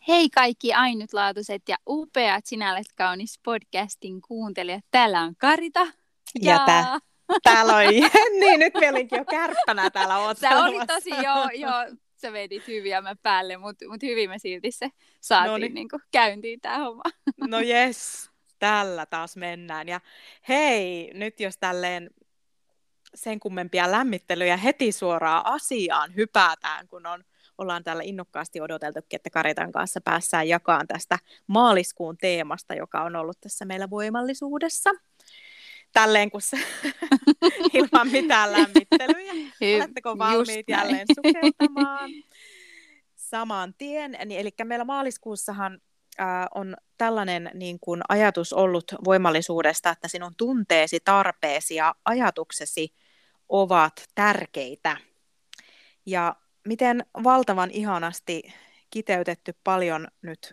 Hei kaikki ainutlaatuiset ja upeat Sinä olet kaunis podcastin kuuntelijat. Täällä on Karita Ja ja täällä on Jenni. Nyt me olinkin jo kärppänä täällä sä olit oottelemassa. tosi sä vedit hyviä mä päälle, mut hyvin me silti se No saatiin niin, niinku käyntiin tää homma. no jes, tällä taas mennään. Ja hei, nyt jos tälleen sen kummempia lämmittelyjä heti suoraan asiaan hypätään, kun ollaan täällä innokkaasti odoteltukin, että Karitan kanssa päässään jakamaan tästä maaliskuun teemasta, joka on ollut tässä meillä voimallisuudessa. Tälleen kun se ilman mitään lämmittelyjä. Oletteko valmiit jälleen sukeltamaan? Saman tien. Eli meillä maaliskuussahan on tällainen niin kuin ajatus ollut voimallisuudesta, että sinun tunteesi, tarpeesi ja ajatuksesi ovat tärkeitä. Ja miten valtavan ihanasti kiteytetty paljon nyt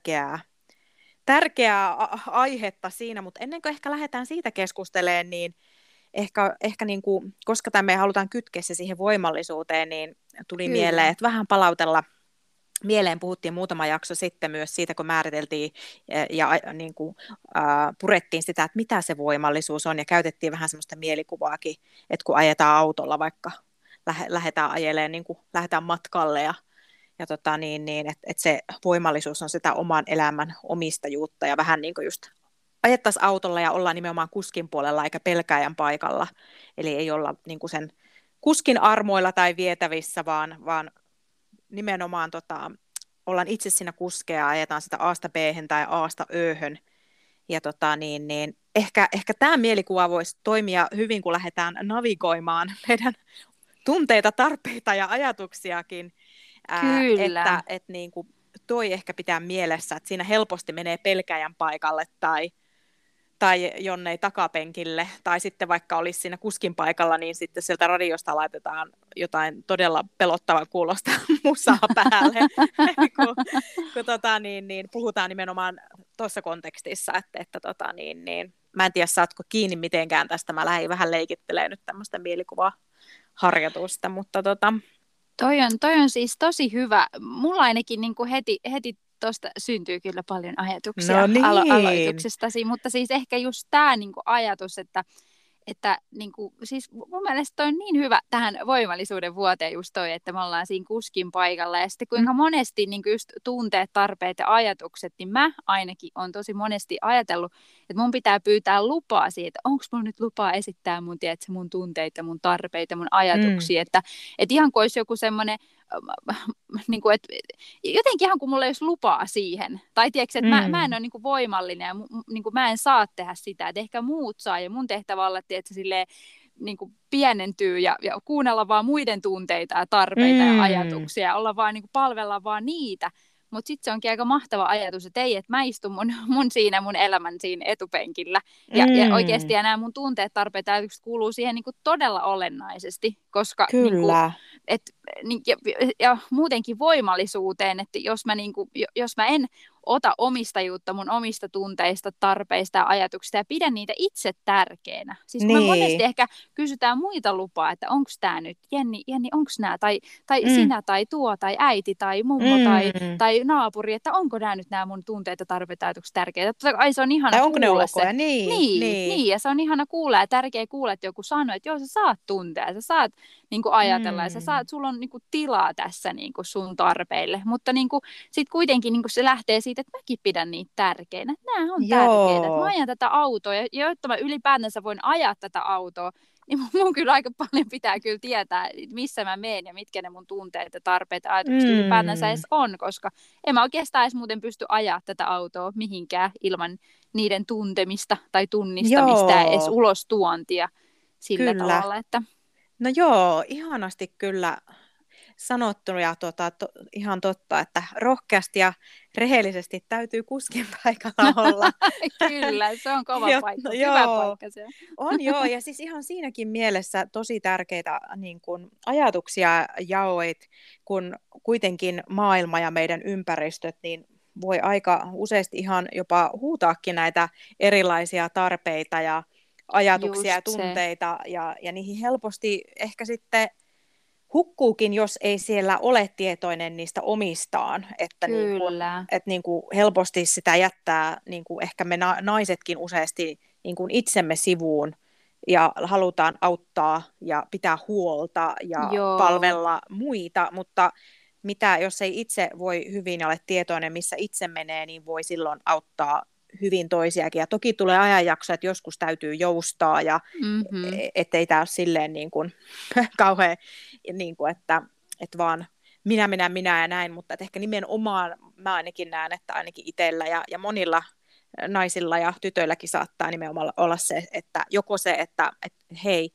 tärkeää aihetta siinä, mutta ennen kuin ehkä lähdetään siitä keskustelemaan, niin ehkä niin kuin, koska me halutaan kytkeä se siihen voimallisuuteen, niin tuli Kyllä. mieleen, että vähän palautella mieleen. Puhuttiin muutama jakso sitten myös siitä, kun määriteltiin ja niin kuin, purettiin sitä, että mitä se voimallisuus on, ja käytettiin vähän semmoista mielikuvaakin, että kun ajetaan autolla vaikka, lähdetään ajelemaan, niin kuin lähdetään matkalle, ja että se voimallisuus on sitä oman elämän omistajuutta, ja vähän niin kuin just ajettaisiin autolla ja ollaan nimenomaan kuskin puolella eikä pelkääjän paikalla. Eli ei olla niin kuin sen kuskin armoilla tai vietävissä, vaan nimenomaan ollaan itse siinä kuskea ja ajetaan sitä A:sta B:hen tai A:sta Ö:hön. Ja ehkä tämä mielikuva voisi toimia hyvin, kun lähdetään navigoimaan meidän tunteita, tarpeita ja ajatuksiakin. Kyllä. Että niin kuin toi ehkä pitää mielessä, että siinä helposti menee pelkääjän paikalle tai jonnei takapenkille, tai sitten vaikka olisi siinä kuskin paikalla, niin sitten sieltä radiosta laitetaan jotain todella pelottavan kuulosta musaa päälle, kun puhutaan nimenomaan tuossa kontekstissa, että mä en tiedä, saatko kiinni mitenkään tästä, mä lähdin vähän leikittelemään nyt tämmöistä mielikuvaharjoitusta, mutta Toi on siis tosi hyvä. Mulla ainakin niin kuin heti tuosta syntyy kyllä paljon ajatuksia no niin. aloituksestasi, mutta siis ehkä just tämä niin kuin ajatus, että niin kuin, siis mun mielestä toi on niin hyvä tähän voimallisuuden vuoteen just toi, että me ollaan siinä kuskin paikalla, ja sitten kuinka monesti niin kuin just tunteet, tarpeet ja ajatukset, niin mä ainakin on tosi monesti ajatellut, että mun pitää pyytää lupaa siitä, onko mun nyt lupaa esittää mun tunteita, mun tarpeita, mun ajatuksia, että ihan kuin olisi joku semmoinen, niin kuin, että jotenkin ihan kuin mulla ei olisi lupaa siihen. Tai tiedätkö, että mä en ole niin kuin voimallinen ja niin kuin mä en saa tehdä sitä. Että ehkä muut saa ja mun tehtävä olla, tiedätkö, silleen, niin kuin pienentyy ja kuunnella vaan muiden tunteita ja tarpeita ja ajatuksia ja olla vaan niin kuin palvella vaan niitä. Mutta sitten se onkin aika mahtava ajatus, että ei, että mä istun mun elämän siinä etupenkillä. Ja oikeasti nämä mun tunteet, tarpeet ja ajatukset kuuluu siihen niin kuin todella olennaisesti, koska niin kuin, ja muutenkin voimallisuuteen, että jos mä en ota omistajuutta mun omista tunteista, tarpeista ja ajatuksista ja pidän niitä itse tärkeänä. Siis kun me monesti ehkä kysytään muita lupaa, että onko tämä nyt, Jenni onko nämä, tai sinä, tai tuo, tai äiti, tai mummo, tai naapuri, että onko nämä nyt nämä mun tunteet ja tarpeet ja ajatukset tärkeitä. Ai se on ihana tai onko kuulla ne se. ok? Niin, Ja se on ihana kuulla ja tärkeä kuulla, että joku sanoo, että joo, sä saat tuntea, sä saat niin kuin ajatella, ja sulla on niin kuin tilaa tässä niin kuin sun tarpeille, mutta niin kuin, sit kuitenkin niin kuin se lähtee siitä, että mäkin pidän niitä tärkeinä, että nämä on tärkeitä, että mä ajan tätä autoa, ja jotta mä ylipäätänsä voin ajaa tätä autoa, niin mun kyllä aika paljon pitää kyllä tietää, missä mä menen ja mitkä ne mun tunteet ja tarpeet ja ajatukset ylipäätänsä edes on, koska en mä oikeastaan edes muuten pysty ajaa tätä autoa mihinkään ilman niiden tuntemista tai tunnistamista ja edes ulos tuontia sillä tavalla, että no joo, ihanasti kyllä sanottu ja ihan totta, että rohkeasti ja rehellisesti täytyy kuskin paikalla olla. Kyllä, se on kova paikka, hyvä paikka se. On joo, ja siis ihan siinäkin mielessä tosi tärkeitä niin kun ajatuksia jaoit, kun kuitenkin maailma ja meidän ympäristöt niin voi aika useasti ihan jopa huutaakin näitä erilaisia tarpeita ja ajatuksia ja tunteita, ja niihin helposti ehkä sitten hukkuukin, jos ei siellä ole tietoinen niistä omistaan, Kyllä. että niin kuin helposti sitä jättää niin kuin ehkä me naisetkin useasti niin kuin itsemme sivuun ja halutaan auttaa ja pitää huolta ja Joo. palvella muita, mutta mitä jos ei itse voi hyvin ja ole tietoinen, missä itse menee, niin voi silloin auttaa hyvin toisiakin. Ja toki tulee ajanjakso, että joskus täytyy joustaa ja Mm-hmm. ettei tämä ole silleen niin kuin, kauhean, niin kuin, että vaan minä ja näin, mutta että ehkä nimenomaan mä ainakin näen, että ainakin itsellä ja monilla naisilla ja tytöilläkin saattaa nimenomaan olla se, että joko se, että hei,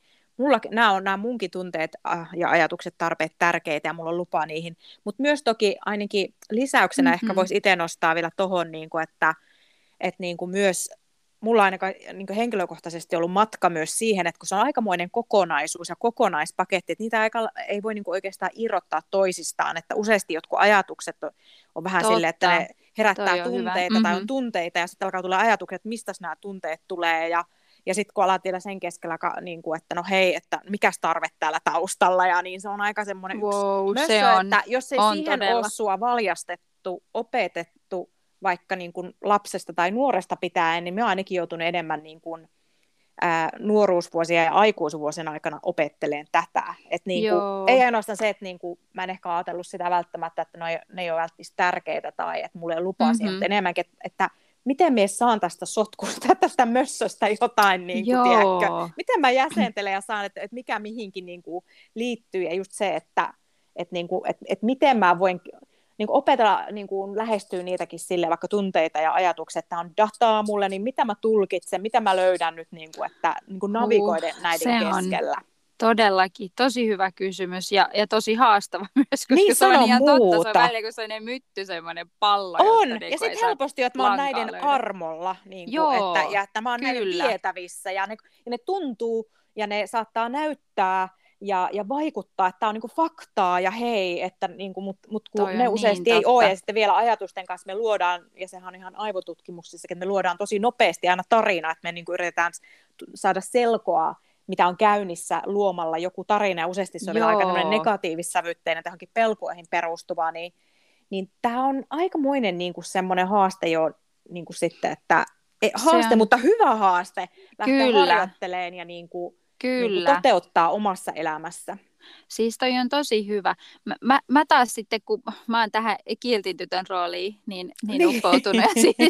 nämä munkin tunteet ja ajatukset, tarpeet tärkeitä ja mulla on lupa niihin, mutta myös toki ainakin lisäyksenä ehkä Mm-hmm. voisi itse nostaa vielä tohon, niin kuin, että niin kuin myös mulla on ainakaan niin kuin henkilökohtaisesti ollut matka myös siihen, että kun se on aikamoinen kokonaisuus ja kokonaispaketti, että niitä ei voi niin kuin oikeastaan irrottaa toisistaan, että useasti jotkut ajatukset on vähän silleen, että Totta. ne herättää Toi on hyvä. tunteita tai on tunteita ja sitten alkaa tulla ajatukset, että mistä nämä tunteet tulee ja sitten kun alat vielä sen keskellä, niin kuin, että no hei, että mikäs tarve täällä taustalla ja niin se on aika semmoinen yksi Wow, se mössö, on, että jos ei on siihen todella. ole sua valjastettu, opetettu, vaikka niin kuin lapsesta tai nuoresta pitäen, niin mä oon ainakin joutunut enemmän niin kuin, nuoruusvuosien ja aikuisuusvuosien aikana opetteleen tätä. Et niin kuin, ei ainoastaan se, että niin kuin, mä en ehkä ajatellut sitä välttämättä, että ne ei ole välttämättä tärkeitä tai että mulla ei ole lupaa siihen, mutta enemmänkin, että miten mä saan tästä sotkusta, tästä mössöstä jotain, niin kuin, tiedätkö? Miten mä jäsentelen ja saan, että mikä mihinkin niin kuin, liittyy ja just se, että niin kuin, että miten mä voin niin kuin opetella niin kuin lähestyy niitäkin sille vaikka tunteita ja ajatuksia, että on dataa mulle, niin mitä mä tulkitsen, mitä mä löydän nyt, niin kuin, että niin kuin navigoiden näiden keskellä. Todellakin, tosi hyvä kysymys ja tosi haastava myös, koska niin, se on ihan muuta. totta, se on välillä kuin sellainen mytty, semmoinen pallo. On, josta, niin ja sitten helposti, että mä oon näiden löydä. armolla, niin kuin, että mä oon näiden vietävissä, ja ne tuntuu, ja ne saattaa näyttää, ja vaikuttaa, että tämä on niinku faktaa ja hei, että niinku, mut kun ne useasti niin ei ole ja sitten vielä ajatusten kanssa me luodaan, ja sehän on ihan aivotutkimuksissa, että me luodaan tosi nopeasti aina tarina, että me niinku yritetään saada selkoa, mitä on käynnissä luomalla joku tarina, ja useasti se on vielä aika negatiivissävytteinen, johonkin pelkoihin perustuva, niin tämä on aikamoinen niinku semmoinen haaste jo niinku sitten, että haaste, mutta hyvä haaste lähteä harjoittelemaan ja niinku toteuttaa omassa elämässä. Siis toi on tosi hyvä. Mä taas sitten, kun mä oon tähän kiltin tytön rooliin niin uppoutunut ja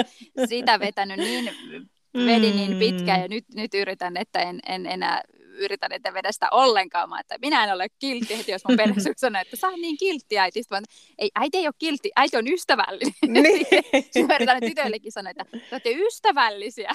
sitä vetänyt vedin niin pitkään ja nyt yritän, että en enää yritän, että vedä sitä ollenkaan, että minä en ole kiltti, heti jos mun perhesuus sanoo, että sä oot niin kiltti äiti, vaan ei, äiti ei ole kiltti, äiti on ystävällinen. Sitten mä yritän tytöillekin sanoa, että te olette ystävällisiä.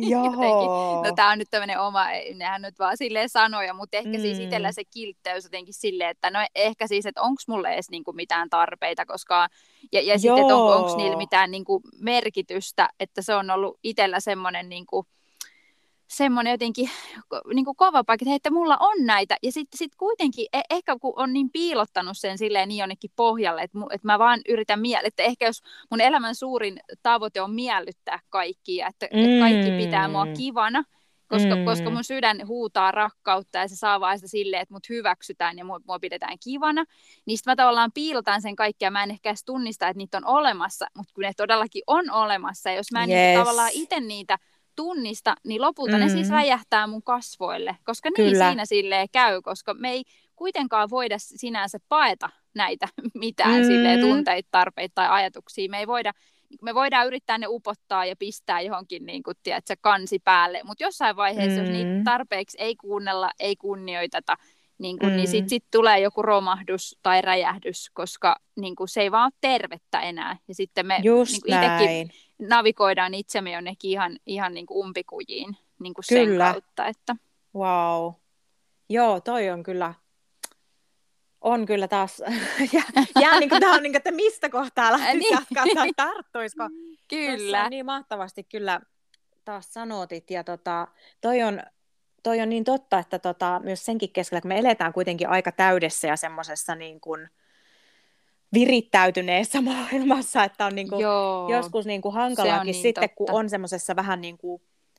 No tää on nyt tämmöinen oma, nehän nyt vaan silleen sanoja, mutta ehkä siis itsellä se kiltteys jotenkin silleen, että no ehkä siis, että onko mulle edes niinku mitään tarpeita, koska ja sitten, että onko niillä mitään niinku merkitystä, että se on ollut itsellä semmoinen semmoinen jotenkin niin kuin kova paikka, että mulla on näitä. Ja sitten kuitenkin, ehkä kun on niin piilottanut sen silleen niin jonnekin pohjalle, että mä vaan yritän että ehkä jos mun elämän suurin tavoite on miellyttää kaikkia, että kaikki pitää mua kivana, koska mun sydän huutaa rakkautta ja se saa vaan sitä silleen, että mut hyväksytään ja mua pidetään kivana, niin sitten mä tavallaan piilotan sen kaikkea, mä en ehkä edes tunnista, että niitä on olemassa, mutta kun ne todellakin on olemassa, ja jos mä en niin tavallaan itse niitä tunnista, niin lopulta ne siis räjähtää mun kasvoille, koska niin siinä silleen käy, koska me ei kuitenkaan voida sinänsä paeta näitä mitään silleen tunteita, tarpeita tai ajatuksia. Me voidaan yrittää ne upottaa ja pistää johonkin niin kuin, tiedätkö, kansi päälle, mutta jossain vaiheessa, jos niitä tarpeeksi ei kuunnella, ei kunnioiteta, niin sitten tulee joku romahdus tai räjähdys, koska niin kuin, se ei vaan ole tervettä enää. Ja sitten me niin itsekin navigoidaan itsemme jonnekin ihan niin kuin umpikujiin niin kuin sen kautta. Että. Wow. Joo, toi on kyllä taas, niin kuin, tämä on niin kuin, että mistä kohtaa lähtisi jatkaa tai tarttuisiko. Kyllä. On niin mahtavasti kyllä taas sanotit, ja toi on niin totta, että myös senkin keskellä, kun me eletään kuitenkin aika täydessä ja semmoisessa niin kuin virittäytyneessä maailmassa, että on niin kuin joskus niin kuin hankalakin sitten, kun on semmoisessa vähän niin kuin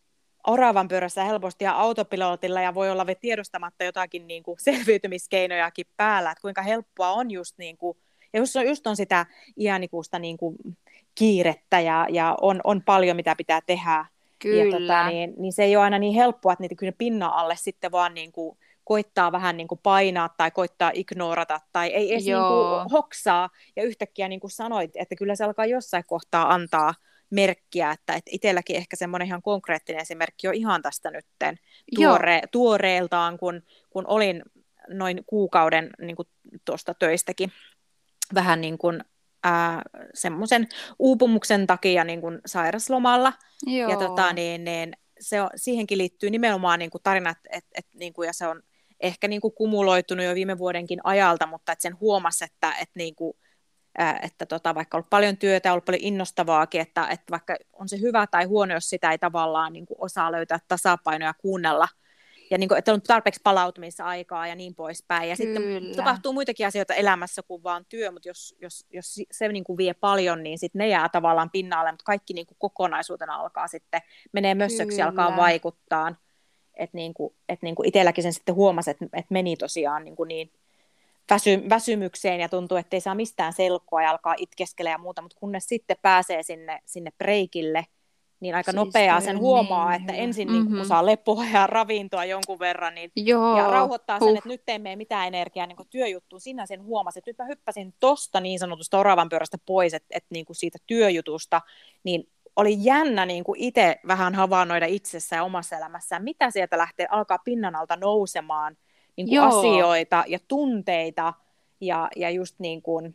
oravan pyörässä helposti ja autopilotilla ja voi olla vielä tiedostamatta jotakin niin kuin selviytymiskeinojakin päällä, että kuinka helppoa on just, niin kuin, ja just on sitä iänikuista niin kuin kiirettä ja on paljon mitä pitää tehdä. Kyllä. Ja niin se ei ole aina niin helppoa, että niitä kyllä pinnan alle sitten vaan niin kuin koittaa vähän niin kuin painaa tai koittaa ignorata tai ei edes niin kuin hoksaa. Ja yhtäkkiä niin kuin sanoit, että kyllä se alkaa jossain kohtaa antaa merkkiä, että itselläkin ehkä semmoinen ihan konkreettinen esimerkki on ihan tästä nytten tuoreeltaan, kun olin noin kuukauden niin kuin tuosta töistäkin vähän niin kuin semmoisen uupumuksen takia niin kuin sairaslomalla. Joo. Ja siihenkin liittyy nimenomaan niin kuin tarinat, niin kuin, ja se on ehkä niin kuin kumuloitunut jo viime vuodenkin ajalta, mutta että sen huomasi, että niin kuin, vaikka on ollut paljon työtä, on ollut paljon innostavaakin, että vaikka on se hyvä tai huono, jos sitä ei tavallaan niin kuin osaa löytää tasapainoja kuunnella, ja niin kuin, että on tarpeeksi palautumisaikaa ja niin poispäin. Ja Kyllä. sitten tapahtuu muitakin asioita elämässä kuin vaan työ, mutta jos se niin kuin vie paljon, niin sitten ne jää tavallaan pinnalle, mutta kaikki niin kuin kokonaisuutena alkaa sitten, menee mössöksi, alkaa vaikuttaa. Että niin kuin itselläkin sen sitten huomasi, että meni tosiaan niin väsymykseen ja tuntuu, että ei saa mistään selkoa ja alkaa itkeskellä ja muuta, mutta kunnes sitten pääsee sinne breikille, niin aika nopeaa sen huomaa, että ensin niin kun saa lepoa ja ravintoa jonkun verran, niin, ja rauhoittaa sen, että nyt ei mene mitään energiaa niin työjuttuun. Sinä sen huomasi, että nyt mä hyppäsin tosta niin sanotusta oravan pyörästä pois, että niin kuin siitä työjutusta, niin oli jännä niin kuin itse vähän havainnoida itsessä ja omassa elämässään, mitä sieltä alkaa pinnan alta nousemaan, niin kuin asioita ja tunteita ja just niin kuin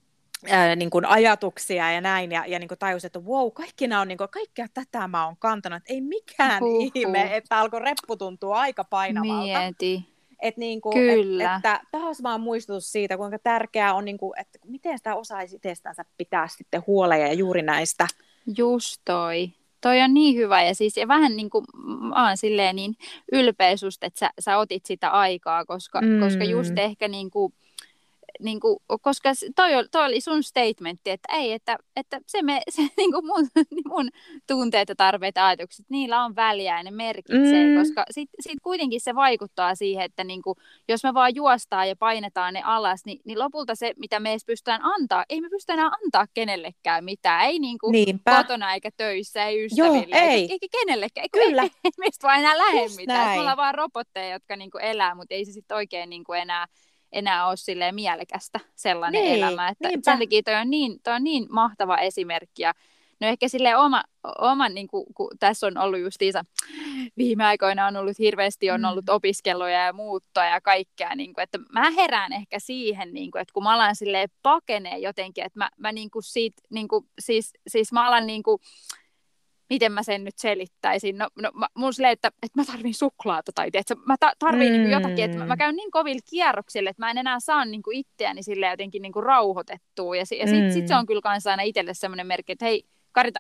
ajatuksia ja näin, ja niin kuin tajusin, että wow, kaikki nämä on, niin kuin, kaikkea tätä mä oon kantanut, että ei mikään ihme, että alkoi reppu tuntua aika painavalta. Mieti. Niin kuin, Kyllä. Että taas vaan muistutus siitä, kuinka tärkeää on, niin kuin, että miten sitä osaisi itsestänsä pitää sitten huolen ja juuri näistä. Just toi on niin hyvä ja siis ja vähän niin kuin mä oon silleen niin ylpeä susta, että sä otit sitä aikaa, koska just ehkä niin kuin, koska toi oli sun statementti, että ei, että se niin kuin mun tunteet ja tarpeet ja ajatukset, niillä on väliä ja ne merkitsee, koska sit kuitenkin se vaikuttaa siihen, että niin kuin, jos me vaan juostaan ja painetaan ne alas, niin lopulta se, mitä me edes pystytään antaa, ei me pystytä enää antaa kenellekään mitään, ei niin kuin kotona eikä töissä, ei ystäville, eikä kenellekään, ei meistä vaan enää lähde mitään, me ollaan vaan robotteja, jotka niin kuin elää, mutta ei se sitten oikein niin kuin enää ole silleen mielekästä sellainen elämä. Että sen takia toi on niin mahtava esimerkki. Ja no ehkä silleen oma niin kun tässä on ollut justiinsa, viime aikoina on ollut hirveästi, on ollut opiskeluja ja muuttoa ja kaikkea. Niin kun, että mä herään ehkä siihen, niin kun, että kun mä alan silleen pakenee jotenkin, että mä niin kun siitä, niin kun, siis mä alan niin kun, miten mä sen nyt selittäisin? No mun silleen, että mä tarvin suklaata tai että mä tarvin niin jotakin, että mä käyn niin kovilla kierroksille, että mä en enää saa niin kuin itseäni silleen jotenkin niin kuin rauhoitettua. Ja sit se on kyllä kanssa aina itselle semmoinen merkki, että hei Karita,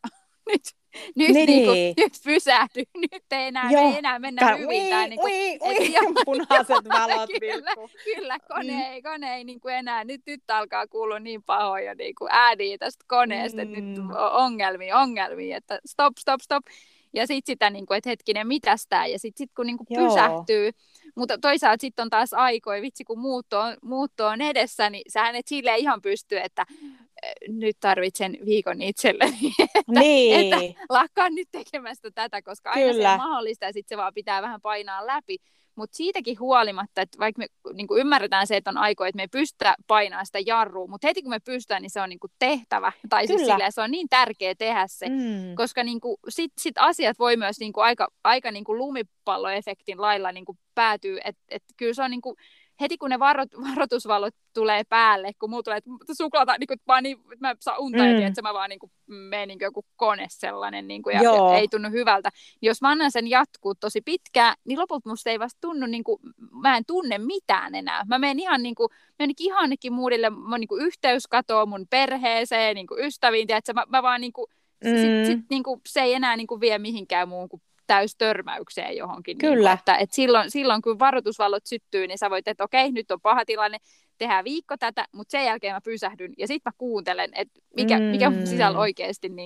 nyt pysähdy, nyt ei enää mennä hyvin. Punaiset valot. Kyllä, kone ei niin kuin enää, nyt alkaa kuulua niin pahoja niin kuin ääniä tästä koneesta, että nyt ongelmia, että stop. Ja sitten sitä, niin kuin, että hetkinen, mitäs tää? Ja sitten kun niin kuin pysähtyy, mutta toisaalta sitten on taas aikoja, vitsi kun muutto on edessä, niin sähän et silleen ihan pysty, että nyt tarvitsen viikon itselleni, että lakkaan nyt tekemästä tätä, koska aina se on mahdollista ja sitten se vaan pitää vähän painaa läpi. Mutta siitäkin huolimatta, että vaikka me niin ymmärretään se, että on aikoja, että me ei pystytä painamaan sitä jarrua, mutta heti kun me pystytään, niin se on niin tehtävä. Tai siis silleen, se on niin tärkeä tehdä se, koska niin sit asiat voi myös niin aika niin lumipalloefektin lailla niin päätyä, että kyllä se on niin kuin, heti kun ne varoitusvalot tulee päälle, kun mulla tulee, että suklaata, niin että mä saan unta ja että mä vaan niin menen niin joku kone sellainen niin kuin, ja ei tunnu hyvältä. Jos mä annan sen jatkuu tosi pitkään, niin lopulta musta ei vasta tunnu, niin kuin, mä en tunne mitään enää. Mä menen ihan niin kuin, jonnekin muudille, mun niin kuin yhteys katoaa mun perheeseen, niin kuin ystäviin, tiedätkö, mä vaan niin kuin, sit, niin kuin, se ei enää niin kuin vie mihinkään muuhun kuin täystörmäykseen johonkin. Kyllä. Niin, että silloin kun varoitusvallot syttyy, niin sä voit, että okei, nyt on paha tilanne, tehdään viikko tätä, mutta sen jälkeen mä pysähdyn ja sitten mä kuuntelen, että mikä mun sisällä oikeasti niin kuin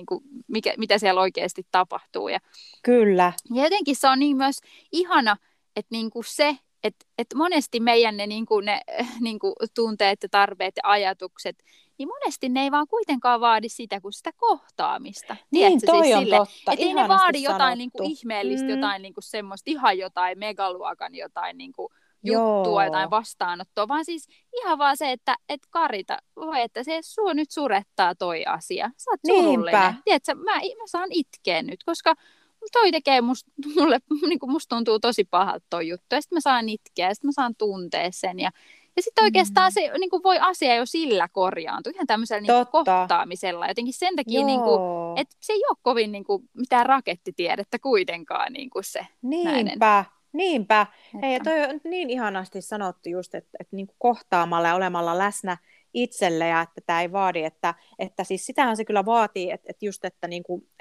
mitä siellä oikeasti tapahtuu. Kyllä. Ja jotenkin se on niin myös ihana, että niinku se, että monesti meidän ne, ne tunteet ja tarpeet ja ajatukset, niin monesti ne ei vaan kuitenkaan vaadi sitä kuin sitä kohtaamista. Niin, Tiedätkö, toi siis on sille, totta. että ei ne Ihanasti vaadi jotain sanottu. ihmeellistä, jotain semmoista ihan jotain megaluokan jotain juttua, jotain Joo. vastaanottoa, vaan siis ihan vaan se, että Karita, voi että se nyt surettaa toi asia. Sä oot Niinpä. surullinen. Tiedätkö, mä saan itkeä nyt, koska toi tekee mulle, musta tuntuu tosi pahalta toi juttu. Ja sitten mä saan itkeä ja sitten mä saan tuntea sen. Ja sitten oikeastaan se voi asia jo sillä korjaantua. Ihan tämmöisellä kohtaamisella. Jotenkin sen takia, että se ei ole kovin mitään rakettitiedettä kuitenkaan se. Niinpä. Niinpä. Hei, ja toi on niin ihanasti sanottu just, että kohtaamalla ja olemalla läsnä itselle ja että tämä ei vaadi, että siis sitähän se kyllä vaatii, että just, että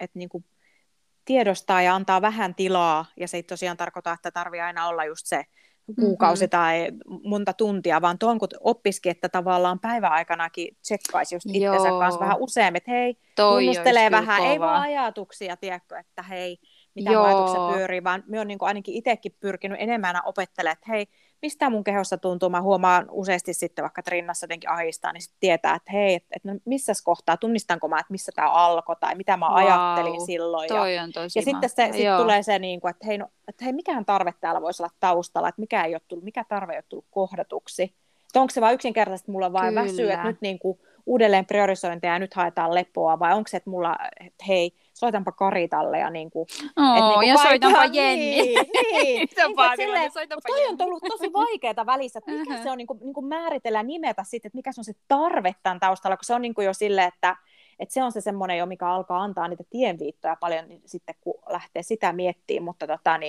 tiedostaa ja antaa vähän tilaa, ja se ei tosiaan tarkoita, että tarvii aina olla just se kuukausi tai monta tuntia, vaan tuon kun oppisikin, että tavallaan päiväaikanakin tsekkaisi just itsensä kanssa vähän useammin, että hei, tunnustelee vähän, ei vaan ajatuksia, tiedätkö, että hei, mitä ajatuksia pyörii, vaan minä olen ainakin itsekin pyrkinyt enemmän opettelemaan, että hei, mistä mun kehossa tuntuu, mä huomaan useasti sitten vaikka rinnassa jotenkin ahistaa, niin sitten tietää, että hei, että no missä kohtaa, tunnistanko mä, että missä tämä alkoi, tai mitä mä ajattelin silloin. Ja sitten se tulee se, että hei, mikähän tarve täällä voisi olla taustalla, että mikä tarve ei ole tullut kohdatuksi. Että onko se vaan yksinkertaisesti, että mulla vaan väsyy, että nyt uudelleen priorisointia ja nyt haetaan lepoa, vai onko se, että mulla, että hei, soitanpa Karitalle ja ja soitanpa Jenni. Niin, toi on ollut tosi vaikeaa välissä, että mikä se on määritellä ja nimetä sitten, että mikä se on se tarve tämän taustalla, kun se on jo silleen, että se on se semmoinen jo, mikä alkaa antaa niitä tienviittoja paljon niin sitten, kun lähtee sitä miettimään, mutta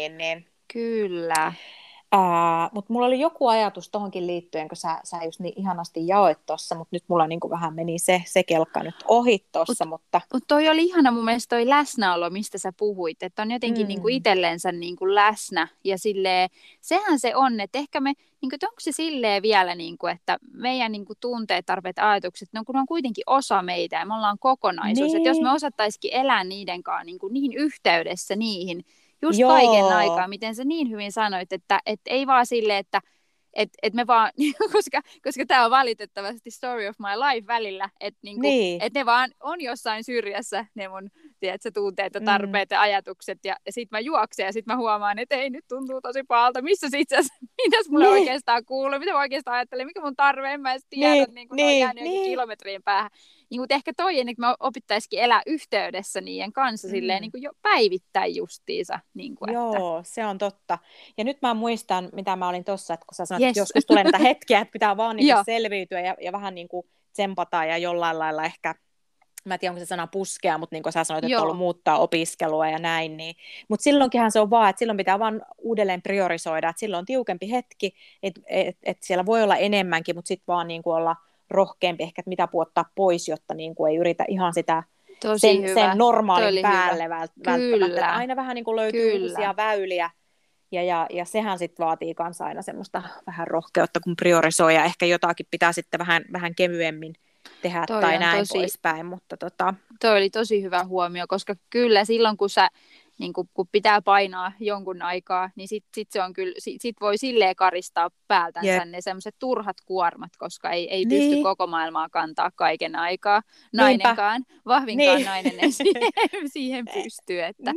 Kyllä. Mutta mulla oli joku ajatus tohonkin liittyen, kun sä just niin ihanasti jaoit tuossa, mutta nyt mulla vähän meni se kelkka nyt ohi tuossa. Mutta toi oli ihana mun mielestä toi läsnäolo, mistä sä puhuit, että on jotenkin itsellensä läsnä ja sehän se on, että ehkä me, onko se silleen vielä, että meidän tunteet, tarpeet, ajatukset, ne on kuitenkin osa meitä ja me ollaan kokonaisuus, että jos me osattaisikin elää niiden kanssa niin yhteydessä niihin, just kaiken aikaa, miten sä niin hyvin sanoit, että ei vaan silleen, että me vaan, koska tämä on valitettavasti story of my life välillä, että ne vaan on jossain syrjässä, ne mun tunteet ja tarpeet ja ajatukset, ja sit mä juoksen ja sit mä huomaan, että ei, nyt tuntuu tosi pahalta, mitäs mulle oikeastaan kuuluu, mitä mä oikeastaan ajattelen, mikä mun tarve, en mä edes tiedä, ne on jäänyt kilometrien päähän. Ehkä toi, että me opittaisikin elää yhteydessä niiden kanssa silleen, jo päivittäin justiinsa. Joo, se on totta. Ja nyt mä muistan, mitä mä olin tuossa, että kun sä sanoit, että joskus tulee niitä hetkiä, että pitää vaan selviytyä ja vähän tsempata ja jollain lailla ehkä, mä en tiedä, onko se sana puskea, mutta niin kuin sä sanoit, että on ollut muuttaa opiskelua ja näin, niin. Mutta silloinkinhan se on vaan, että silloin pitää vaan uudelleen priorisoida, että silloin on tiukempi hetki, että siellä voi olla enemmänkin, mutta sitten vaan olla rohkeampi ehkä, että mitä puottaa pois, jotta ei yritä ihan sitä sen normaalin päälle välttämättä. Aina vähän löytyy uusia väyliä, ja sehän sitten vaatii kanssa aina semmoista vähän rohkeutta, kun priorisoi, ja ehkä jotakin pitää sitten vähän kevyemmin tehdä tai näin poispäin. Mutta Toi oli tosi hyvä huomio, koska kyllä silloin, kun sä kun pitää painaa jonkun aikaa, niin sit se on kyllä, sit voi silleen karistaa päältänsä ne semmoiset turhat kuormat, koska ei pysty koko maailmaa kantaa kaiken aikaa. Nainenkaan, vahvinkaan nainen ei siihen pysty. Että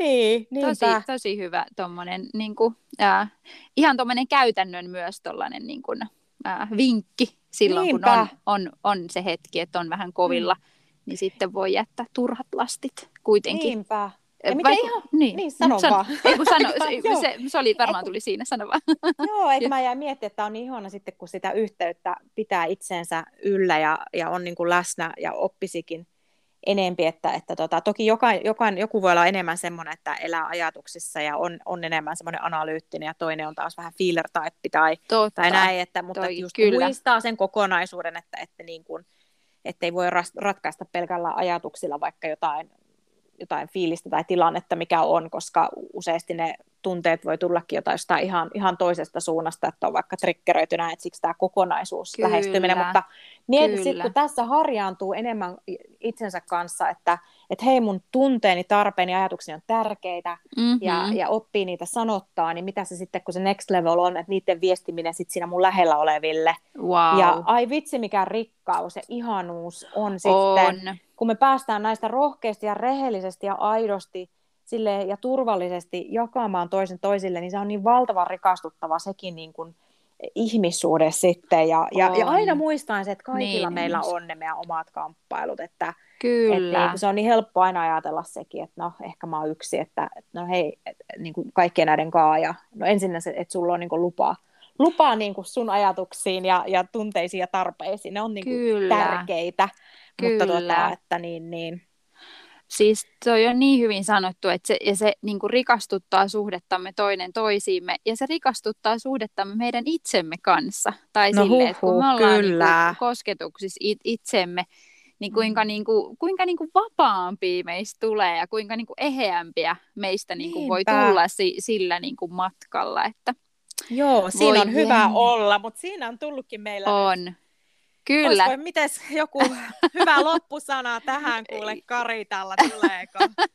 tosi hyvä tommonen, ihan tommonen käytännön myös tollanen vinkki silloin, kun on se hetki, että on vähän kovilla, niin sitten voi jättää turhat lastit kuitenkin. Niinpä. Ja mikä sano vaan. Se oli varmaan tuli siinä, sano vaan. Joo, eikä mä jäin miettimään, että on niin ihana sitten, kun sitä yhteyttä pitää itseensä yllä ja on läsnä ja oppisikin enempi, että toki joku voi olla enemmän semmoinen, että elää ajatuksissa ja on enemmän semmoinen analyyttinen ja toinen on taas vähän feeler-type tai näin, mutta just muistaa sen kokonaisuuden, että ei voi ratkaista pelkällä ajatuksilla vaikka jotain fiilistä tai tilannetta, mikä on, koska useasti ne tunteet voi tullakin jostain ihan toisesta suunnasta, että on vaikka triggeröitynä, että siksi tämä kokonaisuus lähestyminen, mutta mieti sitten, kun tässä harjaantuu enemmän itsensä kanssa, että hei, mun tunteeni, tarpeeni, ajatukseni on tärkeitä ja oppii niitä sanottaa, niin mitä se sitten, kun se next level on, että niiden viestiminen sitten siinä mun lähellä oleville. Wow. Ja ai vitsi, mikä rikkaus ja ihanuus on sitten, kun me päästään näistä rohkeasti ja rehellisesti ja aidosti ja turvallisesti jakamaan toisen toisille, niin se on niin valtavan rikastuttava sekin niin kuin ihmissuhde sitten. Ja aina muistan se, että kaikilla meillä on ne meidän omat kamppailut, että niin, se on niin helppo aina ajatella sekin, että no ehkä mä oon yksi, että no hei, niin kuin kaikkien näiden kaa, ja no ensin se, että sulla on niin kuin lupa niin kuin sun ajatuksiin ja tunteisiin ja tarpeisiin, ne on niin kuin tärkeitä, mutta että niin. Siis se on jo niin hyvin sanottu, että se niin kuin rikastuttaa suhdettamme toinen toisiimme, ja se rikastuttaa suhdettamme meidän itsemme kanssa. Tai silleen, että kun me ollaan niin kuin kosketuksissa itsemme, niin kuinka vapaampia meistä tulee ja kuinka niin kuin eheämpiä meistä niin kuin voi tulla sillä niin kuin matkalla. Että joo, siinä on hyvä olla, mutta siinä on tullutkin meillä. On. Kyllä. Mites joku hyvä loppusana tähän, kuule Karitalla, tuleeko?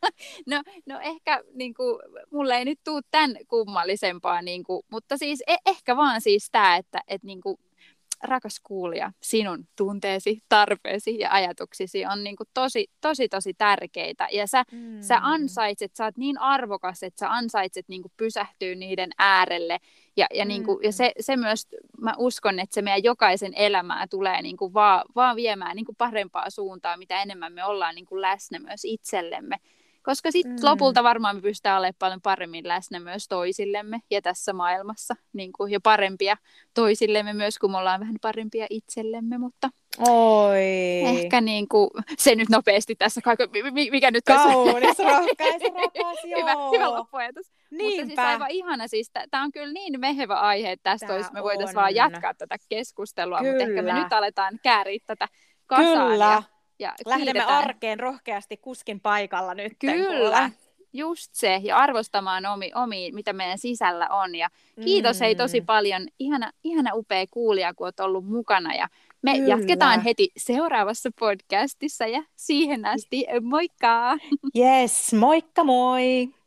No ehkä niinku, mulle ei nyt tule tämän kummallisempaa, niinku, mutta siis ehkä vaan siis tämä, että niinku, rakas kuulija, sinun tunteesi, tarpeesi ja ajatuksisi on niinku tosi tärkeitä. Ja sä ansaitset, sä oot niin arvokas, että sä ansaitset niinku pysähtyä niiden äärelle. Niinku, ja se myös, mä uskon, että se meidän jokaisen elämää tulee niinku vaan viemään niinku parempaa suuntaa, mitä enemmän me ollaan niinku läsnä myös itsellemme. Koska sitten lopulta varmaan me pystytään olemaan paljon paremmin läsnä myös toisillemme ja tässä maailmassa. Niin kuin, ja parempia toisillemme myös, kun me ollaan vähän parempia itsellemme. Mutta ehkä niin kuin, se nyt nopeasti tässä, mikä nyt olisi. Kaunis, rohkais, joo. Hyvä loppuajatus. Niinpä. Mutta siis aivan ihana, siis tämä on kyllä niin mehevä aihe, että tästä me voitaisiin vaan jatkaa tätä keskustelua. Mutta ehkä me nyt aletaan kääriä tätä kasaan. Kyllä. Ja lähdemme arkeen rohkeasti kuskin paikalla nyt. Kyllä, just se. Ja arvostamaan omiin, mitä meidän sisällä on. Ja kiitos hei tosi paljon. Ihana upea kuulija, kun olet ollut mukana. Ja me jatketaan heti seuraavassa podcastissa. Ja siihen asti moikka! Yes, moikka moi!